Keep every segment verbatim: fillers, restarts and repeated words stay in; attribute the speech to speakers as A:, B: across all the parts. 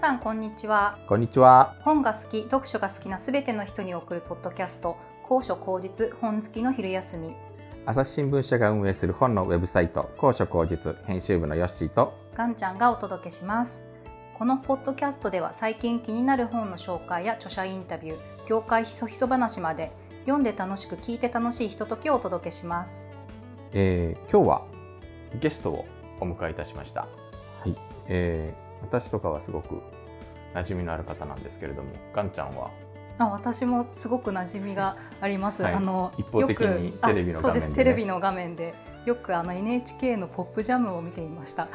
A: さんこんにちは。
B: こんにちは。
A: 本が好き、読書が好きなすべての人に送るポッドキャスト、高所高実本好きの昼休み。
B: 朝日新聞社が運営する本のウェブサイト、高所高実編集部のヨッシーと
A: ガンちゃんがお届けします。このポッドキャストでは最近気になる本の紹介や著者インタビュー、業界ひそひそ話まで読んで楽しく聞いて楽しいひとときをお届けします。
B: えー、今日はゲストをお迎えいたしました。はい、えー、私とかはすごく馴染みのある方なんですけれども、ガンちゃんは
A: あ、私もすごく馴染みがあります。
B: はい、
A: あの
B: 一方的にテレビの画面で、ね、そうです、
A: テレビの画面でよくあの エヌエイチケー のポップジャムを見ていました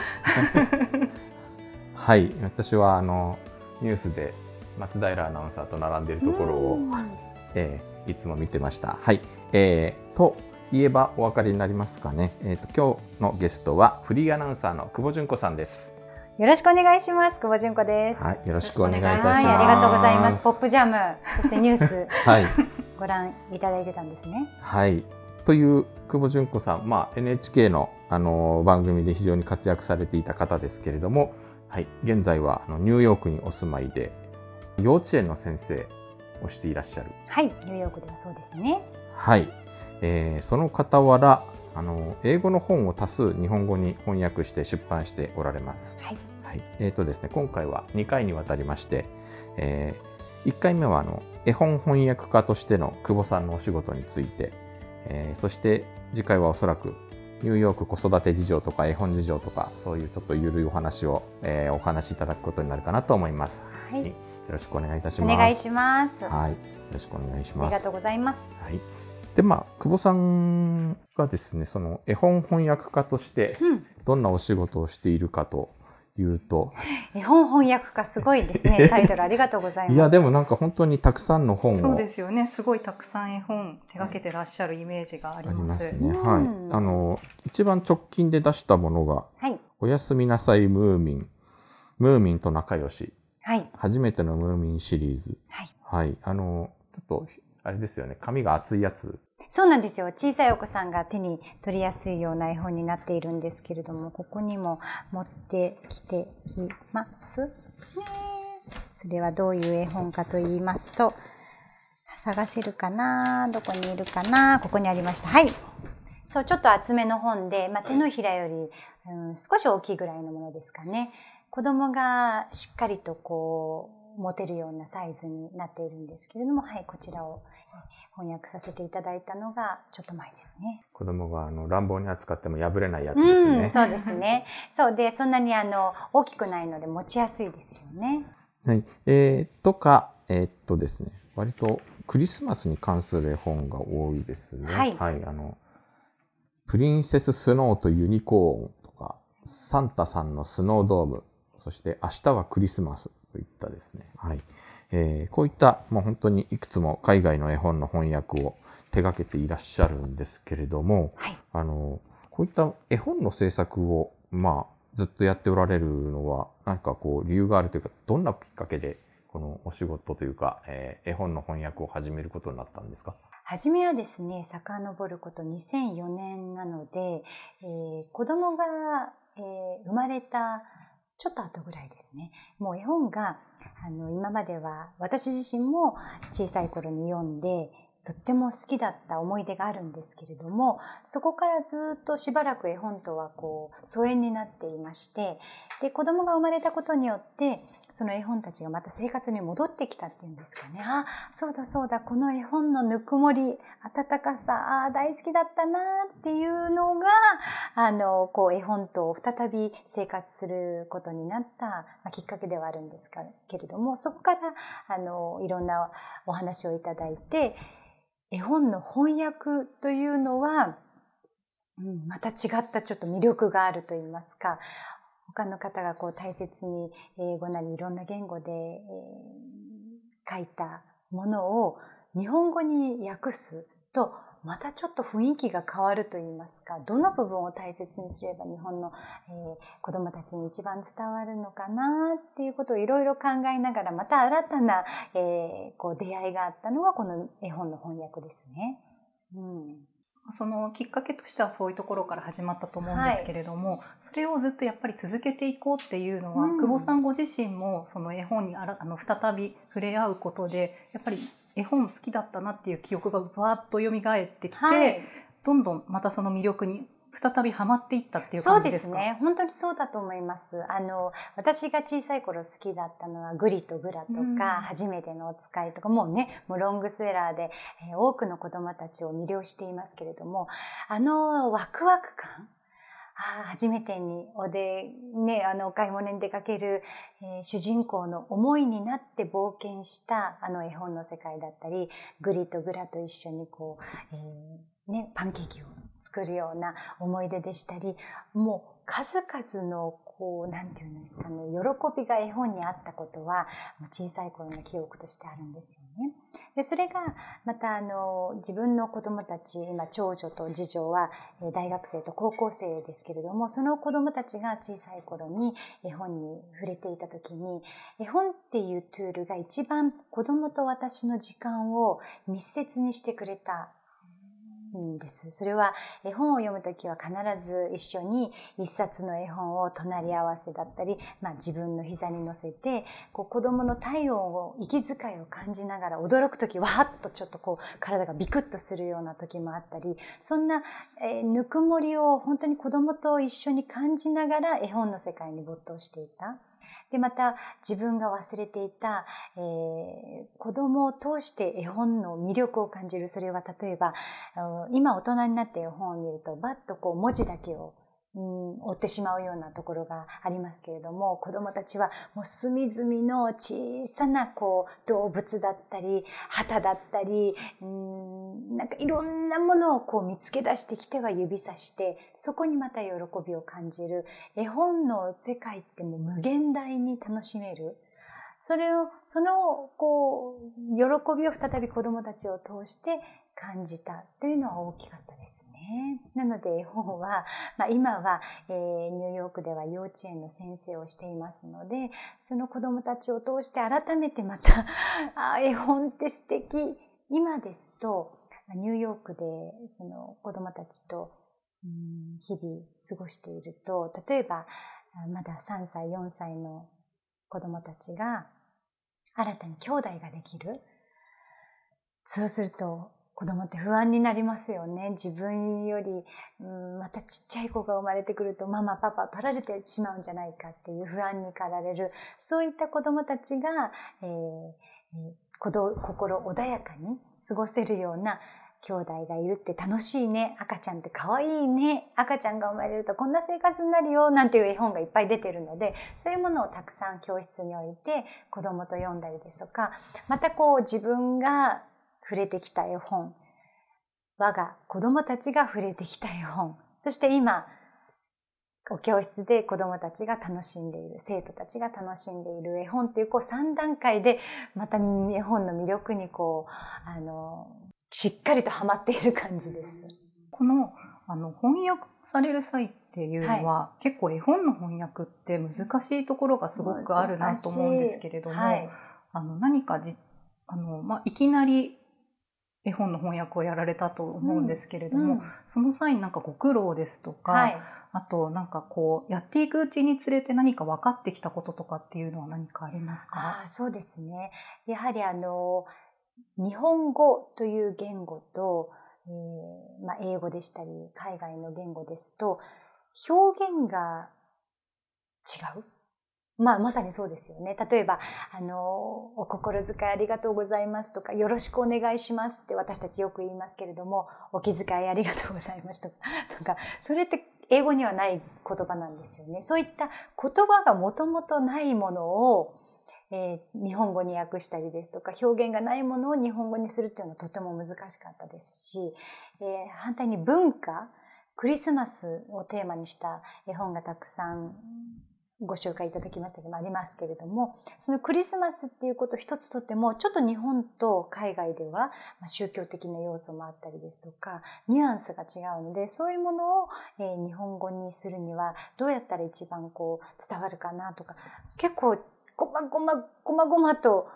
B: はい、私はあのニュースで松平アナウンサーと並んでいるところを、えー、いつも見てました。はい、えー、と言えばお分かりになりますかね。えーと、今日のゲストはフリーアナウンサーの久保純子さんです。
C: よろしくお願いします。久保純子です。
B: はい、よろしくお願いいたします。はい、
C: ありがとうございます。ポップジャム、そしてニュース、
B: はい、
C: ご覧いただいてたんですね。
B: はい。という久保純子さん、まあ、エヌエイチケー の、あの番組で非常に活躍されていた方ですけれども、はい、現在はあのニューヨークにお住まいで幼稚園の先生をしていらっしゃる。
C: はい、ニューヨークではそうですね。
B: はい、えー、その傍らあの英語の本を多数日本語に翻訳して出版しておられます。
C: はい
B: はい、えーとですね、今回はにかいにわたりまして、えー、いっかいめはあの絵本翻訳家としての久保さんのお仕事について、えー、そして次回はおそらくニューヨーク子育て事情とか絵本事情とかそういうちょっとゆるいお話を、えー、お話しいただくことになるかなと思います。
C: はい、
B: よろしくお願いいたします。
C: お願いします。
B: はい、よろしくお願いします。
C: ありがとうございます。
B: はい。で、まあ久保さんがですね、その絵本翻訳家としてどんなお仕事をしているかというと、
C: うん、絵本翻訳家すごいですね。タイトルありがとうございます。
B: いやでもなんか本当にたくさんの本を、
A: そうですよね。すごいたくさん絵本手掛けてらっしゃるイメージがあります。
B: ありますね。はい。あの一番直近で出したものが、
C: はい、
B: おやすみなさいムーミン、ムーミンと仲良し、
C: はい、
B: 初めてのムーミンシリーズ。
C: はい。
B: はい。あのちょっとあれですよね。紙が厚いやつ。
C: そうなんですよ。小さいお子さんが手に取りやすいような絵本になっているんですけれども、ここにも持ってきていますね。それはどういう絵本かと言いますと、探せるかな、どこにいるかな、ここにありました。はい。そう、ちょっと厚めの本で、まあ、手のひらより、うん、少し大きいぐらいのものですかね。子供がしっかりとこう持てるようなサイズになっているんですけれども、はい、こちらを翻訳させていただいたのがちょっと前ですね。
B: 子供があの乱暴に扱っても破れないやつですね。
C: うん、そうですね。そうで、そんなにあの大きくないので持ちやすいですよね。
B: はい、えー、とか、えー、っとですね、割とクリスマスに関する絵本が多いですね。
C: はい。
B: はい、あのプリンセススノーとユニコーンとか、サンタさんのスノードーム、そして明日はクリスマスといったですね。はい。えー、こういったもう本当にいくつも海外の絵本の翻訳を手掛けていらっしゃるんですけれども、
C: はい、
B: あのこういった絵本の制作をまあずっとやっておられるのは何かこう理由があるというか、どんなきっかけでこのお仕事というか、えー、絵本の翻訳を始めることになったんですか？
C: 初めはですね、遡ることにせんよねんなので、えー、子供が、えー、生まれたちょっと後ぐらいですね。もう絵本があの今までは私自身も小さい頃に読んでとっても好きだった思い出があるんですけれども、そこからずっとしばらく絵本とはこう疎遠になっていまして、で子供が生まれたことによってその絵本たちがまた生活に戻ってきたっていうんですかね。あ、そうだそうだ、この絵本のぬくもり、温かさ、あ、大好きだったなっていうのがあのこう絵本と再び生活することになった、まあ、きっかけではあるんですけれども、そこからあのいろんなお話をいただいて、絵本の翻訳というのは、うん、また違ったちょっと魅力があるといいますか、他の方がこう大切に英語なりいろんな言語で、えー、書いたものを日本語に訳すとまたちょっと雰囲気が変わるといいますか、どの部分を大切にすれば日本の、えー、子どもたちに一番伝わるのかなっていうことをいろいろ考えながら、また新たな、えー、こう出会いがあったのはこの絵本の翻訳ですね。うん、
A: そのきっかけとしてはそういうところから始まったと思うんですけれども、はい、それをずっとやっぱり続けていこうっていうのは、うん、久保さんご自身もその絵本にあらあの再び触れ合うことでやっぱり絵本好きだったなっていう記憶がバーッと蘇ってきて、はい、どんどんまたその魅力に再びハマっていったっていう感じですか？
C: そうですね。本当にそうだと思います。あの、私が小さい頃好きだったのはグリとグラとか、うん、初めてのお使いとか、もうね、もうロングセラーで、えー、多くの子供たちを魅了していますけれども、あのワクワク感、あ初めてにおで、ね、あの、お買い物に出かける、えー、主人公の思いになって冒険したあの絵本の世界だったり、グリとグラと一緒にこう、えーね、パンケーキを作るような思い出でしたり、もう数々のこう、なんていうんですかね、喜びが絵本にあったことは、小さい頃の記憶としてあるんですよね。で、それが、またあの、自分の子供たち、今、長女と次女は大学生と高校生ですけれども、その子供たちが小さい頃に絵本に触れていたときに、絵本っていうツールが一番子供と私の時間を密接にしてくれたんです。それは絵本を読むときは必ず一緒に一冊の絵本を隣り合わせだったり、まあ自分の膝に乗せて、こう子供の体温を、息遣いを感じながら驚くとき、わーっとちょっとこう体がビクッとするような時もあったり、そんな、えー、ぬくもりを本当に子供と一緒に感じながら絵本の世界に没頭していた。で、また自分が忘れていた、えー、子供を通して絵本の魅力を感じる。それは例えば、今大人になって絵本を見ると、バッとこう文字だけを、うん、追ってしまうようなところがありますけれども、子供たちはもう隅々の小さなこう動物だったり、旗だったり、うん、なんかいろんなものをこう見つけ出してきては指さして、そこにまた喜びを感じる。絵本の世界ってもう無限大に楽しめる。それを、そのこう喜びを再び子供たちを通して感じたというのは大きかったですね。なので絵本は、まあ、今は、えー、ニューヨークでは幼稚園の先生をしていますので、その子供たちを通して改めてまたあ絵本って素敵。今ですとニューヨークでその子供たちと、うん、日々過ごしていると、例えばまださんさいよんさいの子供たちが新たに兄弟ができる。そうすると子供って不安になりますよね。自分より、うん、またちっちゃい子が生まれてくるとママパパ取られてしまうんじゃないかっていう不安に駆られる。そういった子供たちが、えー、心穏やかに過ごせるような兄弟がいるって楽しいね。赤ちゃんって可愛いね。赤ちゃんが生まれるとこんな生活になるよ。なんていう絵本がいっぱい出てるので、そういうものをたくさん教室に置いて子供と読んだりですとか、またこう自分が触れてきた絵本、我が子供たちが触れてきた絵本、そして今、お教室で子供たちが楽しんでいる、生徒たちが楽しんでいる絵本っていうこうさん段階でまた絵本の魅力にこう、あの、しっかりとハマっている感じです。
A: この、あの翻訳される際っていうのは、はい、結構絵本の翻訳って難しいところがすごくあるなと思うんですけれども、はい、あの何かじあの、まあ、いきなり絵本の翻訳をやられたと思うんですけれども、うんうん、その際になんかご苦労ですとか、はい、あとなんかこうやっていくうちにつれて何か分かってきたこととかっていうのは何かありますか？
C: あ、そうですね。やはりあの日本語という言語と、えーまあ、英語でしたり海外の言語ですと表現が違う。まあ、まさにそうですよね。例えば、あの、お心遣いありがとうございますとか、よろしくお願いしますって私たちよく言いますけれども、お気遣いありがとうございますとか、とか、それって英語にはない言葉なんですよね。そういった言葉がもともとないものを、えー、日本語に訳したりですとか、表現がないものを日本語にするっていうのはとても難しかったですし、えー、反対に文化、クリスマスをテーマにした絵本がたくさんご紹介いただきましたけどもありますけれども、そのクリスマスっていうことを一つとってもちょっと日本と海外では宗教的な要素もあったりですとかニュアンスが違うので、そういうものを日本語にするにはどうやったら一番こう伝わるかなとか、結構ごまごまごまごまと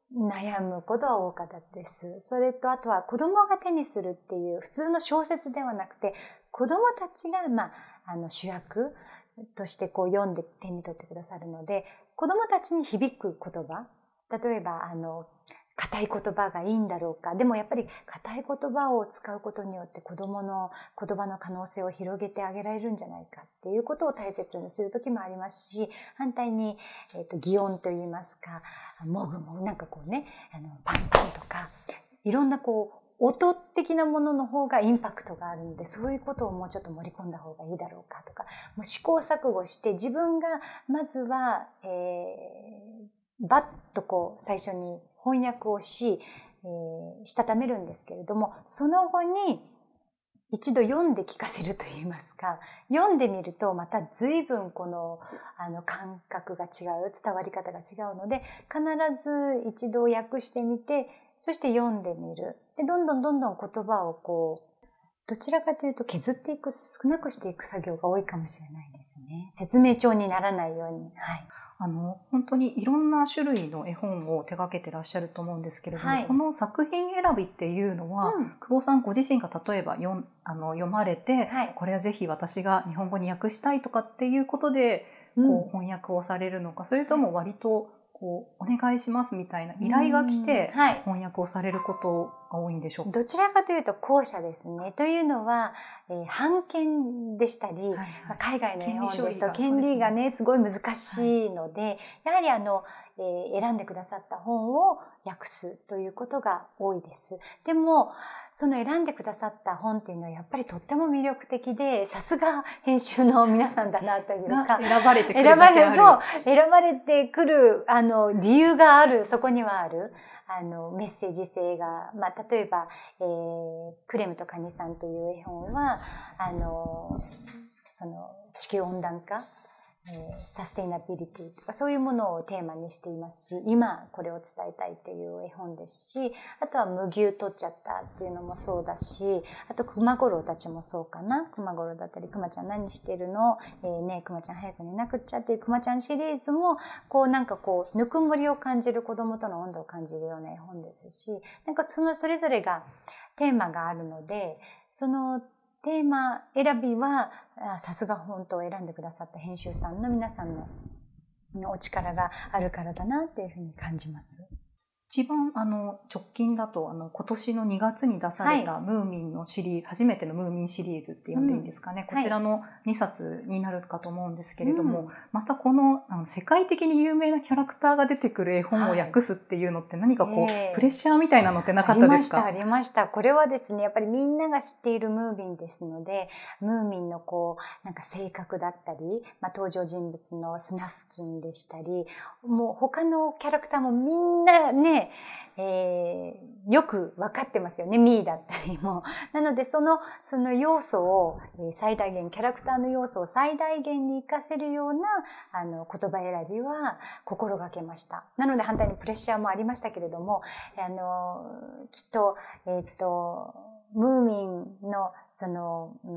C: 悩むことは多かったです。それとあとは子供が手にするっていう普通の小説ではなくて、子供たちが、まあ、あの主役としてこう読んで手に取ってくださるので、子供たちに響く言葉、例えばあの硬い言葉がいいんだろうか。でもやっぱり硬い言葉を使うことによって子供の言葉の可能性を広げてあげられるんじゃないかっていうことを大切にする時もありますし、反対に、えっと、擬音といいますか、もぐもぐなんかこうね、あのパンパンとか、いろんなこう音的なものの方がインパクトがあるので、そういうことをもうちょっと盛り込んだ方がいいだろうかとか、もう試行錯誤して自分がまずは、えー、バッとこう最初に翻訳をし、えー、したためるんですけれども、その後に一度読んで聞かせるといいますか、読んでみるとまた随分この、あの感覚が違う、伝わり方が違うので、必ず一度訳してみて、そして読んでみる。で、どんどんどんどん言葉をこう、どちらかというと削っていく、少なくしていく作業が多いかもしれないですね。説明帳にならないように。はい。
A: あの本当にいろんな種類の絵本を手掛けてらっしゃると思うんですけれども、はい、この作品選びっていうのは、うん、久保さんご自身が例えば読あの読まれて、はい、これはぜひ私が日本語に訳したいとかっていうことで、うん、こう翻訳をされるのか、それとも割とこうお願いしますみたいな依頼が来て翻訳をされることが多いんでしょうか？
C: どちらかというと後者ですね。というのは、えー、版権でしたり、はいはい、まあ、海外の絵本ですと権利がね、すごい難しいので、はい、やはりあの、えー、選んでくださった本を訳すということが多いです。でも、その選んでくださった本っていうのはやっぱりとっても魅力的で、さすが編集の皆さんだなというか、
A: 選ばれてくるだけある。選ばれ、
C: そう、選ばれてくる、あの、理由がある、そこにはある。あの、メッセージ性が、まあ、例えば、えー、クレムとカニさんという絵本は、あの、その、地球温暖化、えー、サステイナビリティとかそういうものをテーマにしていますし、今これを伝えたいという絵本ですし、あとは無牛取っちゃったっていうのもそうだし、あと熊五郎たちもそうかな。熊五郎だったり、熊ちゃん何してるの、えー、ねえ熊ちゃん早く寝なくっちゃっていう熊ちゃんシリーズも、こうなんかこうぬくもりを感じる、子供との温度を感じるような絵本ですし、なんかそのそれぞれがテーマがあるので、そのテーマ選びはさすが本当を選んでくださった編集さんの皆さんのお力があるからだなというふうに感じます。
A: 一番あの直近だとあの今年のにがつに出されたムーミンのシリーズ、はい、初めてのムーミンシリーズって呼んでいいんですかね、うん、こちらのにさつになるかと思うんですけれども、うん、またこの、あの世界的に有名なキャラクターが出てくる絵本を訳すっていうのって何かこう、はいえー、プレッシャーみたいなのってなかったですか？
C: ありました、ありました。これはですね、やっぱりみんなが知っているムーミンですので、ムーミンのこうなんか性格だったり、まあ、登場人物のスナフキンでしたり、もう他のキャラクターもみんなね、えー、よく分かってますよね。ミーだったりも。なので、その、その要素を、えー、最大限、キャラクターの要素を最大限に活かせるような、あの、言葉選びは心がけました。なので、反対にプレッシャーもありましたけれども、あの、きっと、えっと、ムーミンの、その、うん、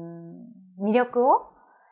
C: 魅力を、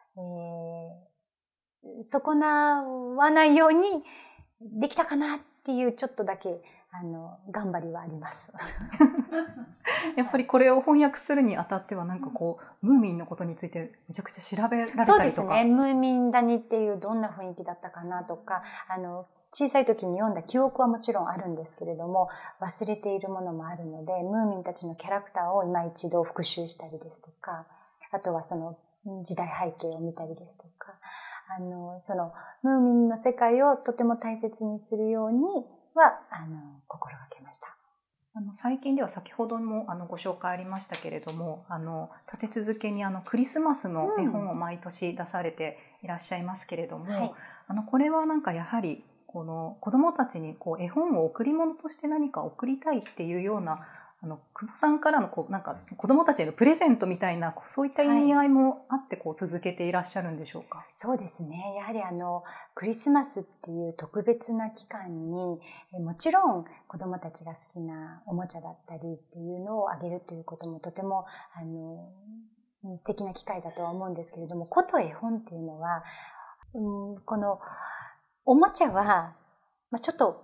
C: えー、損なわないようにできたかなっていう、ちょっとだけ、あの頑張りはあります
A: やっぱりこれを翻訳するにあたってはなんかこうムーミンのことについてめちゃくちゃ調べられたりとか。
C: そうですね。ムーミン谷っていうどんな雰囲気だったかなとか、あの小さい時に読んだ記憶はもちろんあるんですけれども、忘れているものもあるので、ムーミンたちのキャラクターを今一度復習したりですとか、あとはその時代背景を見たりですとか、あのそのムーミンの世界をとても大切にするようにはあの心がけました。
A: あの最近では先ほどもあのご紹介ありましたけれども、あの立て続けにあのクリスマスの絵本を毎年出されていらっしゃいますけれども、うんはい、あのこれはなんかやはりこの子どもたちにこう絵本を贈り物として何か贈りたいっていうような、あの久保さんからのこうなんか子どもたちへのプレゼントみたいなそういった意味合いもあってこう続けていらっしゃるんでしょうか？はい、
C: そうですね。やはりあのクリスマスっていう特別な期間にもちろん子どもたちが好きなおもちゃだったりっていうのをあげるということもとてもあの素敵な機会だとは思うんですけれども、こと絵本っていうのは、うん、このおもちゃは、まあ、ちょっと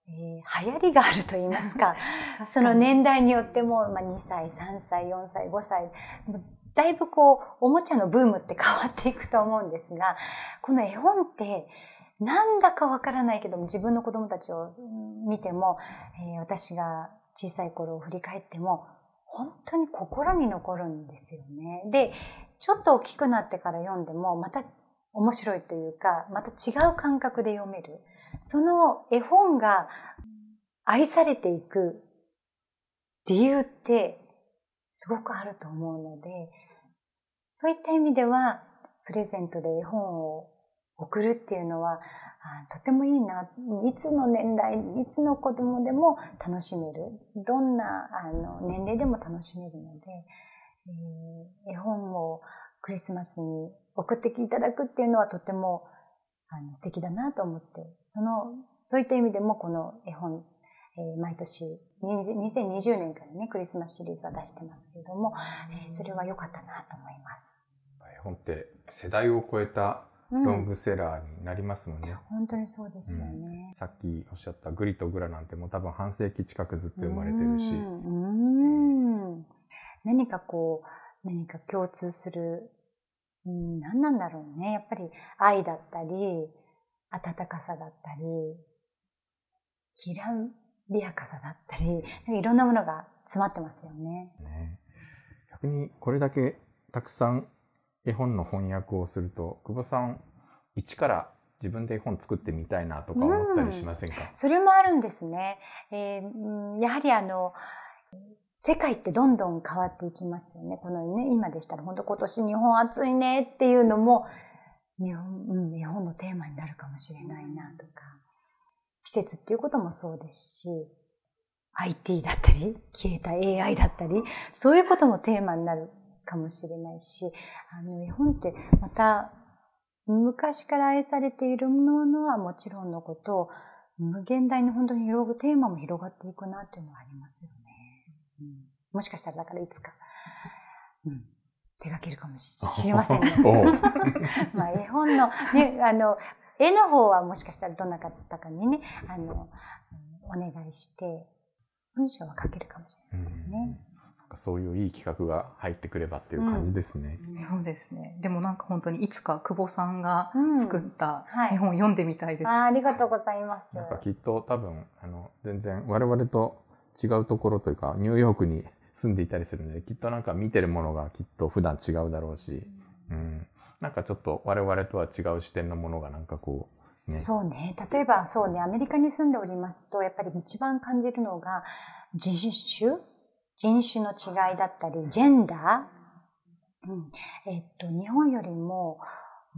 C: えー、流行りがあると言いますかその年代によっても、まあ、にさいさんさいよんさいごさいだいぶこうおもちゃのブームって変わっていくと思うんですが、この絵本ってなんだかわからないけども自分の子供たちを見ても、えー、私が小さい頃を振り返っても本当に心に残るんですよね。で、ちょっと大きくなってから読んでもまた面白いというか、また違う感覚で読める。その絵本が愛されていく理由ってすごくあると思うので、そういった意味ではプレゼントで絵本を送るっていうのはとてもいいな。いつの年代、いつの子供でも楽しめる。どんなあの年齢でも楽しめるので、えー、絵本をクリスマスに送っていただくっていうのはとてもあの素敵だなと思って、そのそういった意味でもこの絵本、えー、毎年にせんにじゅうねんからねクリスマスシリーズは出してますけれども、えー、それは良かったなと思います。
B: 絵本って世代を超えたロングセラーになりますもんね。うん、
C: 本当にそうですよね、
B: うん。さっきおっしゃったグリとグラなんてもう多分半世紀近くずっと生まれてるし、
C: うんうん、何かこう何か共通する、うん、何なんだろうね。やっぱり愛だったり温かさだったりきらびやかさだったり、いろんなものが詰まってますよね。
B: ね、逆にこれだけたくさん絵本の翻訳をすると、久保さん一から自分で絵本作ってみたいなとか思ったりしませんか？うん、
C: それもあるんですね。えー、やはりあの世界ってどんどん変わっていきますよね。このね、今でしたら本当今年日本暑いねっていうのも日本、うん、日本のテーマになるかもしれないなとか、季節っていうこともそうですし、アイティー だったり消えた エーアイ だったり、そういうこともテーマになるかもしれないし、あの絵本ってまた昔から愛されているものはもちろんのこと、無限大に本当に広ぐテーマも広がっていくなっていうのはありますよね。うん、もしかしたらだからいつか、うん、手掛けるかもしれませんね。まあ絵本のね、あの絵の方はもしかしたらどなたかにね、あのお願いして文章は書けるかもしれないですね。
B: そういういい企画が入ってくればっていう感じですね。
A: うん、そうですね。でもなんか本当にいつか久保さんが作った絵本を読んでみたいです。
C: うん、はい、あ, ありがとうございます。
B: なんかきっと多分あの全然我々と違うところというかニューヨークに住んでいたりするので、きっとなんか見てるものがきっと普段違うだろうし、うん、なんかちょっと我々とは違う視点のものがなんかこうね。
C: そうね。例えばそうね、アメリカに住んでおりますとやっぱり一番感じるのが人種人種の違いだったり、ジェンダー、うんえっと、日本よりも、うん、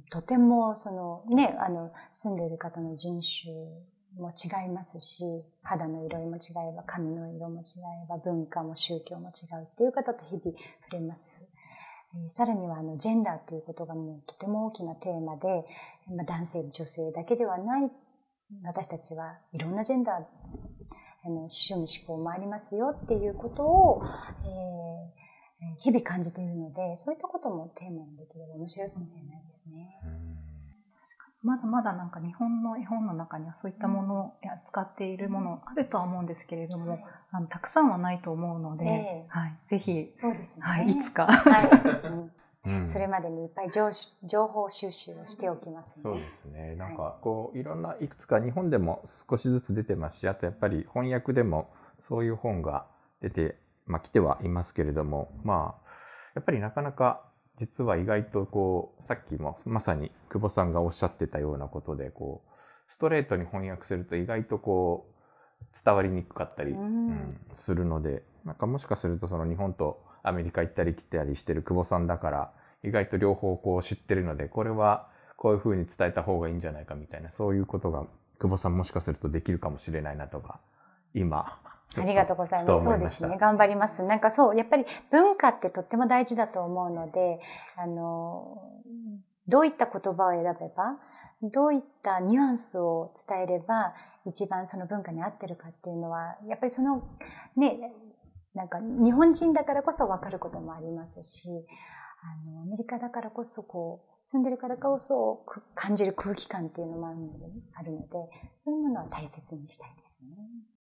C: とてもその、ね、あの住んでいる方の人種も違いますし、肌の色も違えば、髪の色も違えば、文化も宗教も違うっていう方と日々触れます。えー、さらにはあのジェンダーということがもうとても大きなテーマで、まあ、男性、女性だけではない、私たちはいろんなジェンダーあの趣味思考もありますよっていうことを、えー、日々感じているので、そういったこともテーマにできれば面白いかもしれないですね。
A: うん、確かにまだまだなんか日本の絵本の中にはそういったものを扱っているものあるとは思うんですけれども、うん、あのたくさんはないと思うので、えーはい、ぜひ
C: そうですね、
A: はい、いつか、
C: はいうんうん、それまでにいっぱい情報収集をしておきますね。
B: そうですね。なんかこういろんないくつか日本でも少しずつ出てますし、あとやっぱり翻訳でもそういう本が出て、まあ、来てはいますけれども、まあやっぱりなかなか実は意外とこうさっきもまさに久保さんがおっしゃってたようなことで、こうストレートに翻訳すると意外とこう伝わりにくかったり、うんうん、するので、なんかもしかするとその日本とアメリカ行ったり来たりしてる久保さんだから意外と両方こう知ってるので、これはこういうふうに伝えた方がいいんじゃないかみたいな、そういうことが久保さんもしかするとできるかもしれないなとか今
C: ありがとうございます。そうですね。頑張ります。なんかそうやっぱり文化ってとっても大事だと思うので、あのどういった言葉を選べば、どういったニュアンスを伝えれば一番その文化に合ってるかっていうのはやっぱりそのね、なんか日本人だからこそ分かることもありますし、あのアメリカだからこそこ住んでるからこそ感じる空気感っていうのもあるので、そういうものは大切にしたいですね。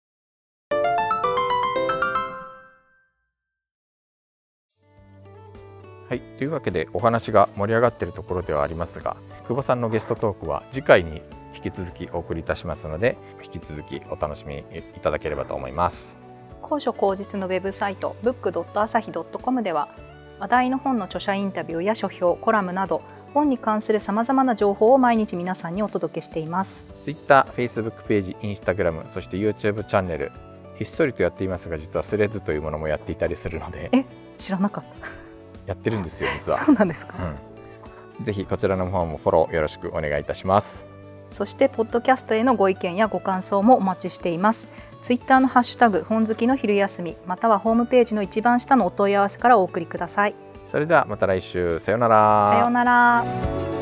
B: はい、というわけでお話が盛り上がっているところではありますが、久保さんのゲストトークは次回に引き続きお送りいたしますので、引き続きお楽しみいただければと思います。
A: 高所高実のウェブサイト ブックドットアサヒドットコム では話題の本の著者インタビューや書評、コラムなど本に関するさまざまな情報を毎日皆さんにお届けしています。
B: Twitter、Facebook ページ、Instagram、そして YouTube チャンネル、ひっそりとやっていますが、実はスレッズというものもやっていたりするので。
A: え、知らなかった。
B: やってるんですよ、実は。
A: そうなんですか、
B: うん、ぜひこちらの方もフォローよろしくお願いいたします。
A: そしてポッドキャストへのご意見やご感想もお待ちしています。ツイッターのハッシュタグ本好きの昼休み、またはホームページの一番下のお問い合わせからお送りください。
B: それではまた来週、さようなら。
A: さようなら。